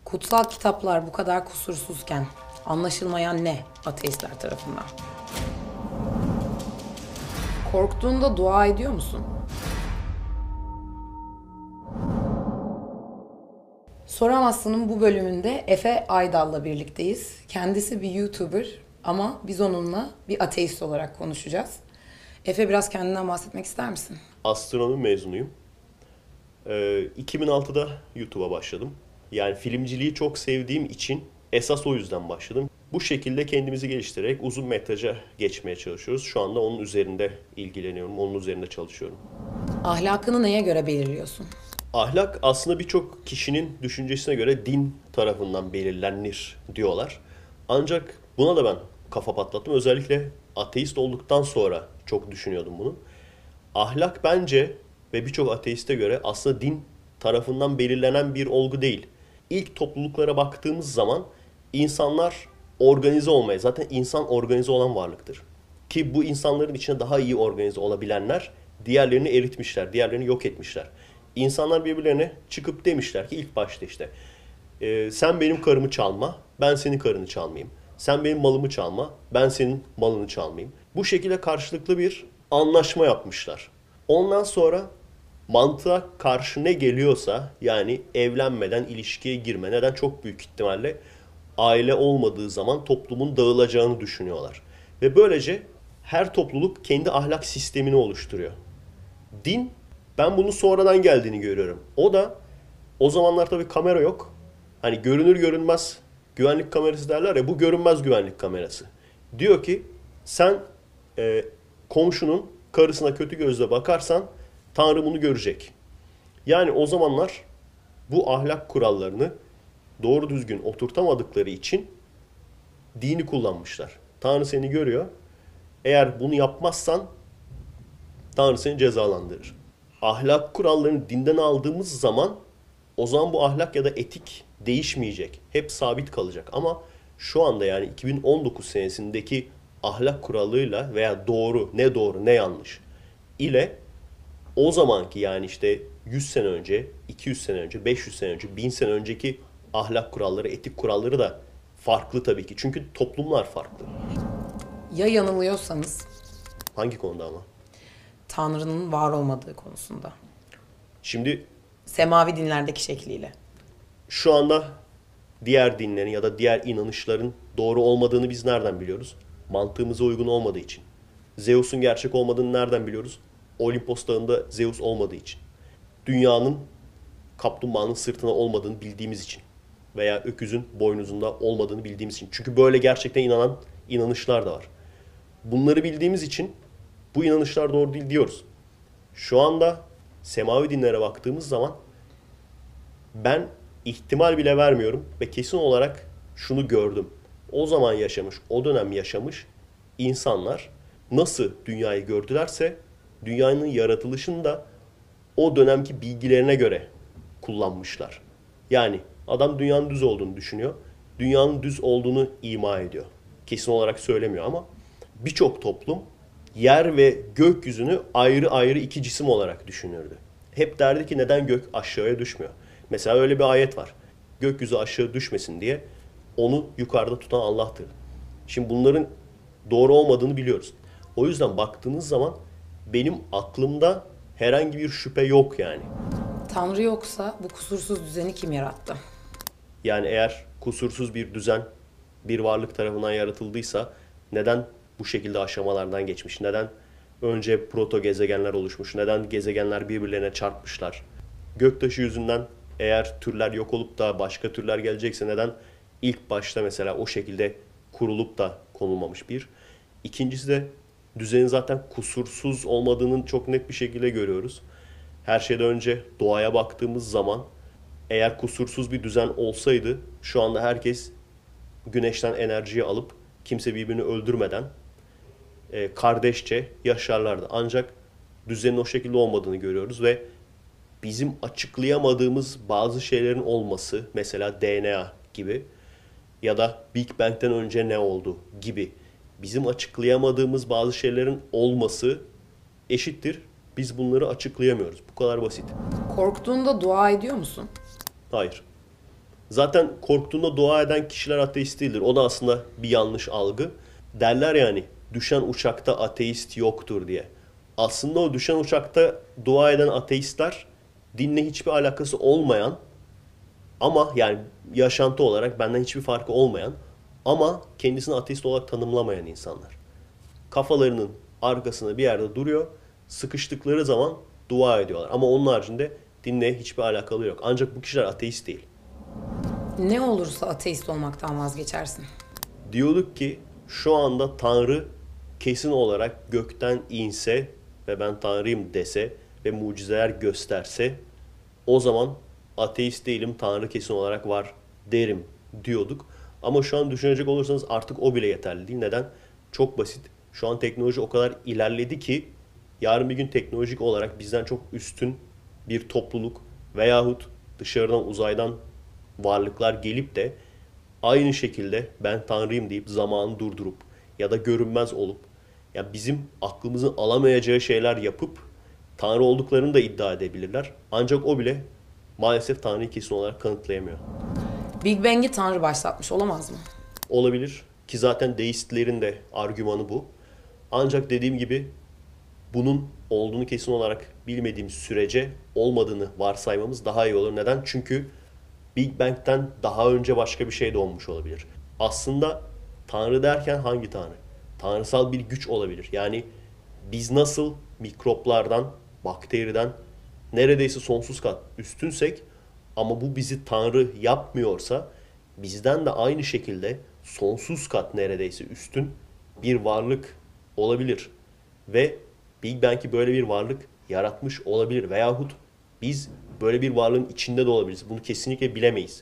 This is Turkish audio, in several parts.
Kutsal kitaplar bu kadar kusursuzken anlaşılmayan ne ateistler tarafından? Korktuğunda dua ediyor musun? Soramazsın'ın bu bölümünde Efe Aydal'la birlikteyiz. Kendisi bir YouTuber ama biz onunla bir ateist olarak konuşacağız. Efe, biraz kendinden bahsetmek ister misin? Astronomi mezunuyum. 2006'da YouTube'a başladım. Yani filmciliği çok sevdiğim için esas o yüzden başladım. Bu şekilde kendimizi geliştirerek uzun metraja geçmeye çalışıyoruz. Şu anda onun üzerinde ilgileniyorum, onun üzerinde çalışıyorum. Ahlakını neye göre belirliyorsun? Ahlak aslında birçok kişinin düşüncesine göre din tarafından belirlenir diyorlar. Ancak buna da ben kafa patlattım. Özellikle ateist olduktan sonra çok düşünüyordum bunu. Ahlak bence ve birçok ateiste göre aslında din tarafından belirlenen bir olgu değil. İlk topluluklara baktığımız zaman insanlar organize olmaya, zaten insan organize olan varlıktır. Ki bu insanların içinde daha iyi organize olabilenler diğerlerini eritmişler, diğerlerini yok etmişler. İnsanlar birbirlerine çıkıp demişler ki ilk başta işte sen benim karımı çalma, ben senin karını çalmayayım. Sen benim malımı çalma, ben senin malını çalmayayım. Bu şekilde karşılıklı bir anlaşma yapmışlar. Ondan sonra mantığa karşı ne geliyorsa, yani evlenmeden ilişkiye girme, neden çok büyük ihtimalle aile olmadığı zaman toplumun dağılacağını düşünüyorlar. Ve böylece her topluluk kendi ahlak sistemini oluşturuyor. Din, ben bunun sonradan geldiğini görüyorum. O da o zamanlar tabii kamera yok. Hani görünür görünmez güvenlik kamerası derler ya, bu görünmez güvenlik kamerası. Diyor ki sen komşunun karısına kötü gözle bakarsan Tanrı bunu görecek. Yani o zamanlar bu ahlak kurallarını doğru düzgün oturtamadıkları için dini kullanmışlar. Tanrı seni görüyor. Eğer bunu yapmazsan Tanrı seni cezalandırır. Ahlak kurallarını dinden aldığımız zaman o zaman bu ahlak ya da etik değişmeyecek. Hep sabit kalacak. Ama şu anda yani 2019 senesindeki ahlak kuralıyla veya doğru ne yanlış ile o zamanki, yani işte 100 sene önce, 200 sene önce, 500 sene önce, 1000 sene önceki ahlak kuralları, etik kuralları da farklı tabii ki. Çünkü toplumlar farklı. Ya yanılıyorsanız? Hangi konuda ama? Tanrı'nın var olmadığı konusunda. Şimdi Semavi dinlerdeki şekliyle. şu anda diğer dinlerin ya da diğer inanışların doğru olmadığını biz nereden biliyoruz? Mantığımıza uygun olmadığı için. Zeus'un gerçek olmadığını nereden biliyoruz? Olimpos Dağı'nda Zeus olmadığı için. Dünyanın kaplumbağanın sırtına olmadığını bildiğimiz için. Veya öküzün boynuzunda olmadığını bildiğimiz için. Çünkü böyle gerçekten inanan inanışlar da var. Bunları bildiğimiz için bu inanışlar doğru değil diyoruz. Şu anda semavi dinlere baktığımız zaman ben ihtimal bile vermiyorum ve kesin olarak şunu gördüm. O zaman yaşamış, o dönem yaşamış insanlar nasıl dünyayı gördülerse dünyanın yaratılışını da o dönemki bilgilerine göre kullanmışlar. Yani adam dünyanın düz olduğunu düşünüyor. Dünyanın düz olduğunu ima ediyor. Kesin olarak söylemiyor ama birçok toplum yer ve gökyüzünü ayrı ayrı iki cisim olarak düşünürdü. Hep derdi ki neden gök aşağıya düşmüyor? Mesela öyle bir ayet var. Gökyüzü aşağı düşmesin diye onu yukarıda tutan Allah'tır. Şimdi bunların doğru olmadığını biliyoruz. O yüzden baktığınız zaman benim aklımda herhangi bir şüphe yok yani. Tanrı yoksa bu kusursuz düzeni kim yarattı? Yani eğer kusursuz bir düzen bir varlık tarafından yaratıldıysa neden bu şekilde aşamalardan geçmiş? Neden önce proto gezegenler oluşmuş? Neden gezegenler birbirlerine çarpmışlar? Göktaşı yüzünden eğer türler yok olup da başka türler gelecekse neden ilk başta mesela o şekilde kurulup da konulmamış bir? İkincisi de düzenin zaten kusursuz olmadığının çok net bir şekilde görüyoruz. Her şeyden önce doğaya baktığımız zaman eğer kusursuz bir düzen olsaydı şu anda herkes güneşten enerjiyi alıp kimse birbirini öldürmeden kardeşçe yaşarlardı. Ancak düzenin o şekilde olmadığını görüyoruz ve bizim açıklayamadığımız bazı şeylerin olması, mesela DNA gibi ya da Big Bang'den önce ne oldu gibi bizim açıklayamadığımız bazı şeylerin olması eşittir. Biz bunları açıklayamıyoruz. Bu kadar basit. Korktuğunda dua ediyor musun? Hayır. Zaten korktuğunda dua eden kişiler ateist değildir. O da aslında bir yanlış algı. Derler yani düşen uçakta ateist yoktur diye. Aslında o düşen uçakta dua eden ateistler dinle hiçbir alakası olmayan ama yani yaşantı olarak benden hiçbir farkı olmayan ama kendisini ateist olarak tanımlamayan insanlar. Kafalarının arkasında bir yerde duruyor. Sıkıştıkları zaman dua ediyorlar. Ama onun haricinde dinle hiçbir alakalı yok. Ancak bu kişiler ateist değil. Ne olursa ateist olmaktan vazgeçersin. Diyorduk ki şu anda Tanrı kesin olarak gökten inse ve ben Tanrıyım dese ve mucizeler gösterse o zaman ateist değilim, Tanrı kesin olarak var derim diyorduk. Ama şu an düşünecek olursanız artık o bile yeterli değil. Neden? Çok basit. Şu an teknoloji o kadar ilerledi ki yarın bir gün teknolojik olarak bizden çok üstün bir topluluk veyahut dışarıdan uzaydan varlıklar gelip de aynı şekilde ben Tanrıyım deyip zamanı durdurup ya da görünmez olup ya bizim aklımızın alamayacağı şeyler yapıp Tanrı olduklarını da iddia edebilirler. Ancak o bile maalesef Tanrı'yı kesin olarak kanıtlayamıyor. Big Bang'i Tanrı başlatmış olamaz mı? Olabilir ki zaten deistlerin de argümanı bu. Ancak dediğim gibi bunun olduğunu kesin olarak bilmediğimiz sürece olmadığını varsaymamız daha iyi olur. Neden? Çünkü Big Bang'den daha önce başka bir şey de olmuş olabilir. Aslında Tanrı derken hangi Tanrı? Tanrısal bir güç olabilir. Yani biz nasıl mikroplardan, bakteriden neredeyse sonsuz kat üstünsek ama bu bizi Tanrı yapmıyorsa bizden de aynı şekilde sonsuz kat neredeyse üstün bir varlık olabilir. Ve Big Bang'i böyle bir varlık yaratmış olabilir. Veyahut biz böyle bir varlığın içinde de olabiliriz. Bunu kesinlikle bilemeyiz.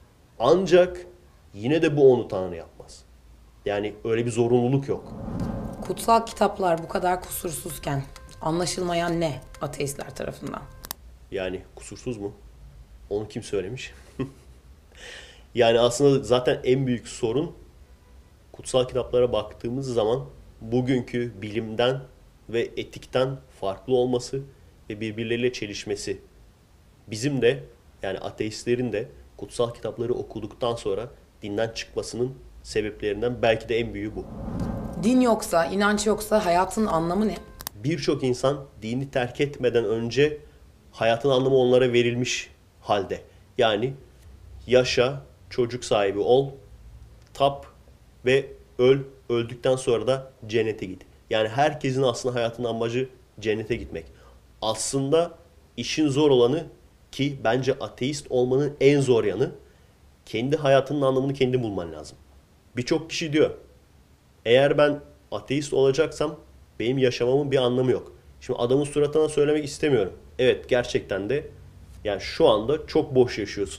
Ancak yine de bu onu Tanrı yapmaz. Yani öyle bir zorunluluk yok. Kutsal kitaplar bu kadar kusursuzken anlaşılmayan ne ateistler tarafından? Yani kusursuz mu? Onu kim söylemiş? Yani aslında zaten en büyük sorun kutsal kitaplara baktığımız zaman bugünkü bilimden ve etikten farklı olması ve birbirleriyle çelişmesi. Bizim de yani ateistlerin de kutsal kitapları okuduktan sonra dinden çıkmasının sebeplerinden belki de en büyüğü bu. Din yoksa, inanç yoksa hayatın anlamı ne? Birçok insan dini terk etmeden önce hayatın anlamı onlara verilmiş halde. Yani yaşa, çocuk sahibi ol, tap ve öl, öldükten sonra da cennete git. Yani herkesin aslında hayatının amacı cennete gitmek. Aslında işin zor olanı ki bence ateist olmanın en zor yanı kendi hayatının anlamını kendi bulman lazım. Birçok kişi diyor eğer ben ateist olacaksam benim yaşamamın bir anlamı yok. Şimdi adamın suratına söylemek istemiyorum. Evet gerçekten de yani şu anda çok boş yaşıyorsun.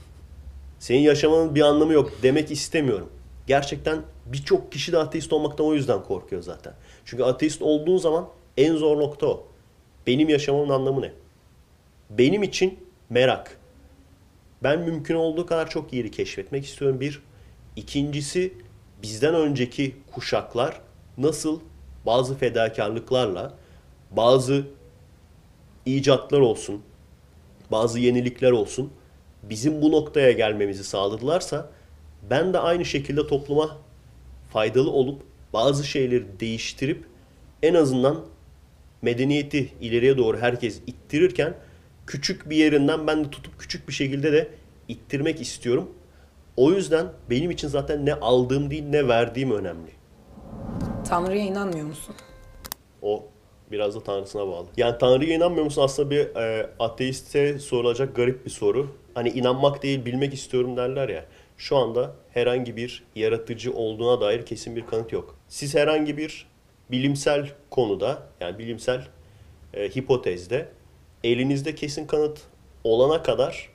Senin yaşamanın bir anlamı yok demek istemiyorum. Gerçekten birçok kişi de ateist olmaktan o yüzden korkuyor zaten. Çünkü ateist olduğun zaman en zor nokta o. Benim yaşamamın anlamı ne? Benim için merak. Ben mümkün olduğu kadar çok yeri keşfetmek istiyorum bir. İkincisi bizden önceki kuşaklar nasıl bazı fedakarlıklarla bazı icatlar olsun, bazı yenilikler olsun bizim bu noktaya gelmemizi sağladılarsa ben de aynı şekilde topluma faydalı olup bazı şeyleri değiştirip en azından medeniyeti ileriye doğru herkes ittirirken küçük bir yerinden ben de tutup küçük bir şekilde de ittirmek istiyorum. O yüzden benim için zaten ne aldığım değil ne verdiğim önemli. Tanrı'ya inanmıyor musun? O biraz da Tanrısına bağlı. Yani Tanrı'ya inanmıyor musun aslında bir ateiste sorulacak garip bir soru. Hani inanmak değil bilmek istiyorum derler ya. Şu anda herhangi bir yaratıcı olduğuna dair kesin bir kanıt yok. Siz herhangi bir bilimsel konuda yani bilimsel hipotezde elinizde kesin kanıt olana kadar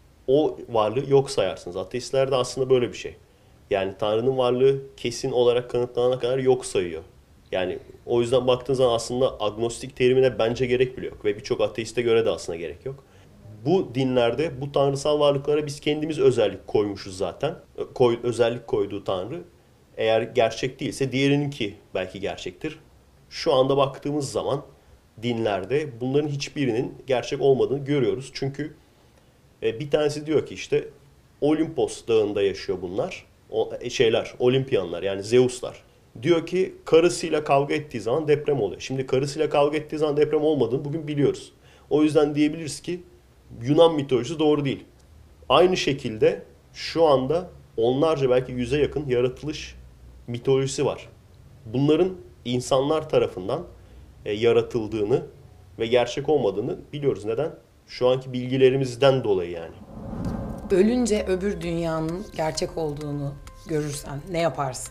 o varlığı yok sayarsınız. Ateistler de aslında böyle bir şey. Yani Tanrı'nın varlığı kesin olarak kanıtlanana kadar yok sayıyor. Yani o yüzden baktığın zaman aslında agnostik terimine bence gerek bile yok. Ve birçok ateiste göre de aslında gerek yok. Bu dinlerde bu tanrısal varlıklara biz kendimiz özellik koymuşuz zaten. Özellik koyduğu Tanrı eğer gerçek değilse diğerininki belki gerçektir. Şu anda baktığımız zaman dinlerde bunların hiçbirinin gerçek olmadığını görüyoruz. Çünkü bir tanesi diyor ki işte Olimpos dağında yaşıyor bunlar. Olimpiyanlar yani Zeuslar. Diyor ki karısıyla kavga ettiği zaman deprem oluyor. Şimdi karısıyla kavga ettiği zaman deprem olmadığını bugün biliyoruz. O yüzden diyebiliriz ki Yunan mitolojisi doğru değil. Aynı şekilde şu anda onlarca belki 100'e yakın yaratılış mitolojisi var. Bunların insanlar tarafından yaratıldığını ve gerçek olmadığını biliyoruz. Neden? Şu anki bilgilerimizden dolayı yani. Ölünce öbür dünyanın gerçek olduğunu görürsen ne yaparsın?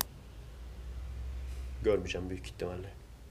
Görmeyeceğim büyük ihtimalle.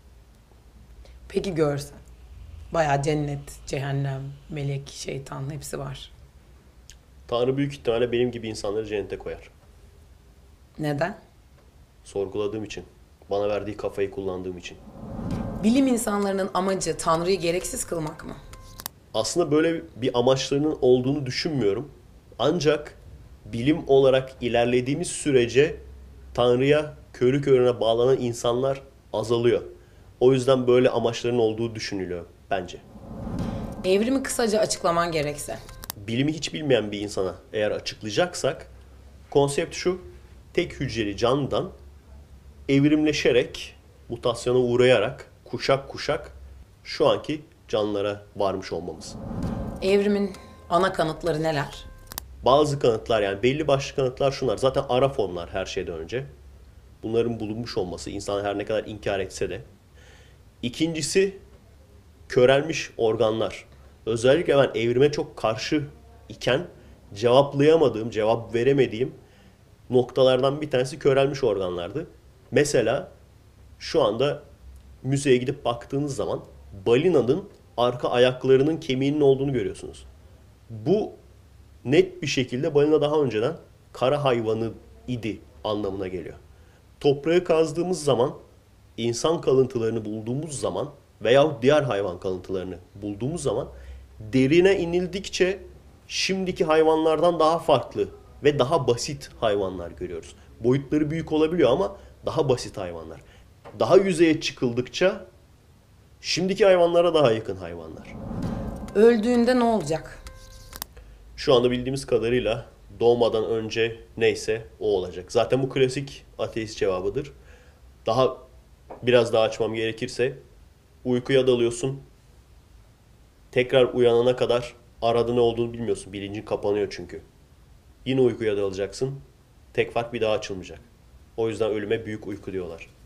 Peki görsen? Bayağı cennet, cehennem, melek, şeytan hepsi var. Tanrı büyük ihtimalle benim gibi insanları cennete koyar. Neden? Sorguladığım için. Bana verdiği kafayı kullandığım için. Bilim insanlarının amacı Tanrı'yı gereksiz kılmak mı? Aslında böyle bir amaçlarının olduğunu düşünmüyorum. Ancak bilim olarak ilerlediğimiz sürece Tanrı'ya körü körüne bağlanan insanlar azalıyor. O yüzden böyle amaçların olduğu düşünülüyor bence. Evrimi kısaca açıklaman gerekse. Bilimi hiç bilmeyen bir insana eğer açıklayacaksak konsept şu: tek hücreli canlıdan evrimleşerek, mutasyona uğrayarak kuşak kuşak şu anki canlılara varmış olmamız. Evrimin ana kanıtları neler? Bazı kanıtlar, yani belli başlı kanıtlar şunlar. Zaten ara formlar her şeyden önce. Bunların bulunmuş olması insan her ne kadar inkar etse de. İkincisi körelmiş organlar. Özellikle ben evrime çok karşı iken cevaplayamadığım, cevap veremediğim noktalardan bir tanesi körelmiş organlardı. Mesela şu anda müzeye gidip baktığınız zaman balinanın arka ayaklarının kemiğinin olduğunu görüyorsunuz. Bu net bir şekilde balina daha önceden kara hayvanı idi anlamına geliyor. Toprağı kazdığımız zaman, insan kalıntılarını bulduğumuz zaman veyahut diğer hayvan kalıntılarını bulduğumuz zaman derine inildikçe şimdiki hayvanlardan daha farklı ve daha basit hayvanlar görüyoruz. Boyutları büyük olabiliyor ama daha basit hayvanlar. Daha yüzeye çıkıldıkça şimdiki hayvanlara daha yakın hayvanlar. Öldüğünde ne olacak? Şu anda bildiğimiz kadarıyla doğmadan önce neyse o olacak. Zaten bu klasik ateist cevabıdır. Biraz daha açmam gerekirse uykuya dalıyorsun. Tekrar uyanana kadar arada ne olduğunu bilmiyorsun. Bilincin kapanıyor çünkü. Yine uykuya dalacaksın. Tek fark bir daha açılmayacak. O yüzden ölüme büyük uyku diyorlar.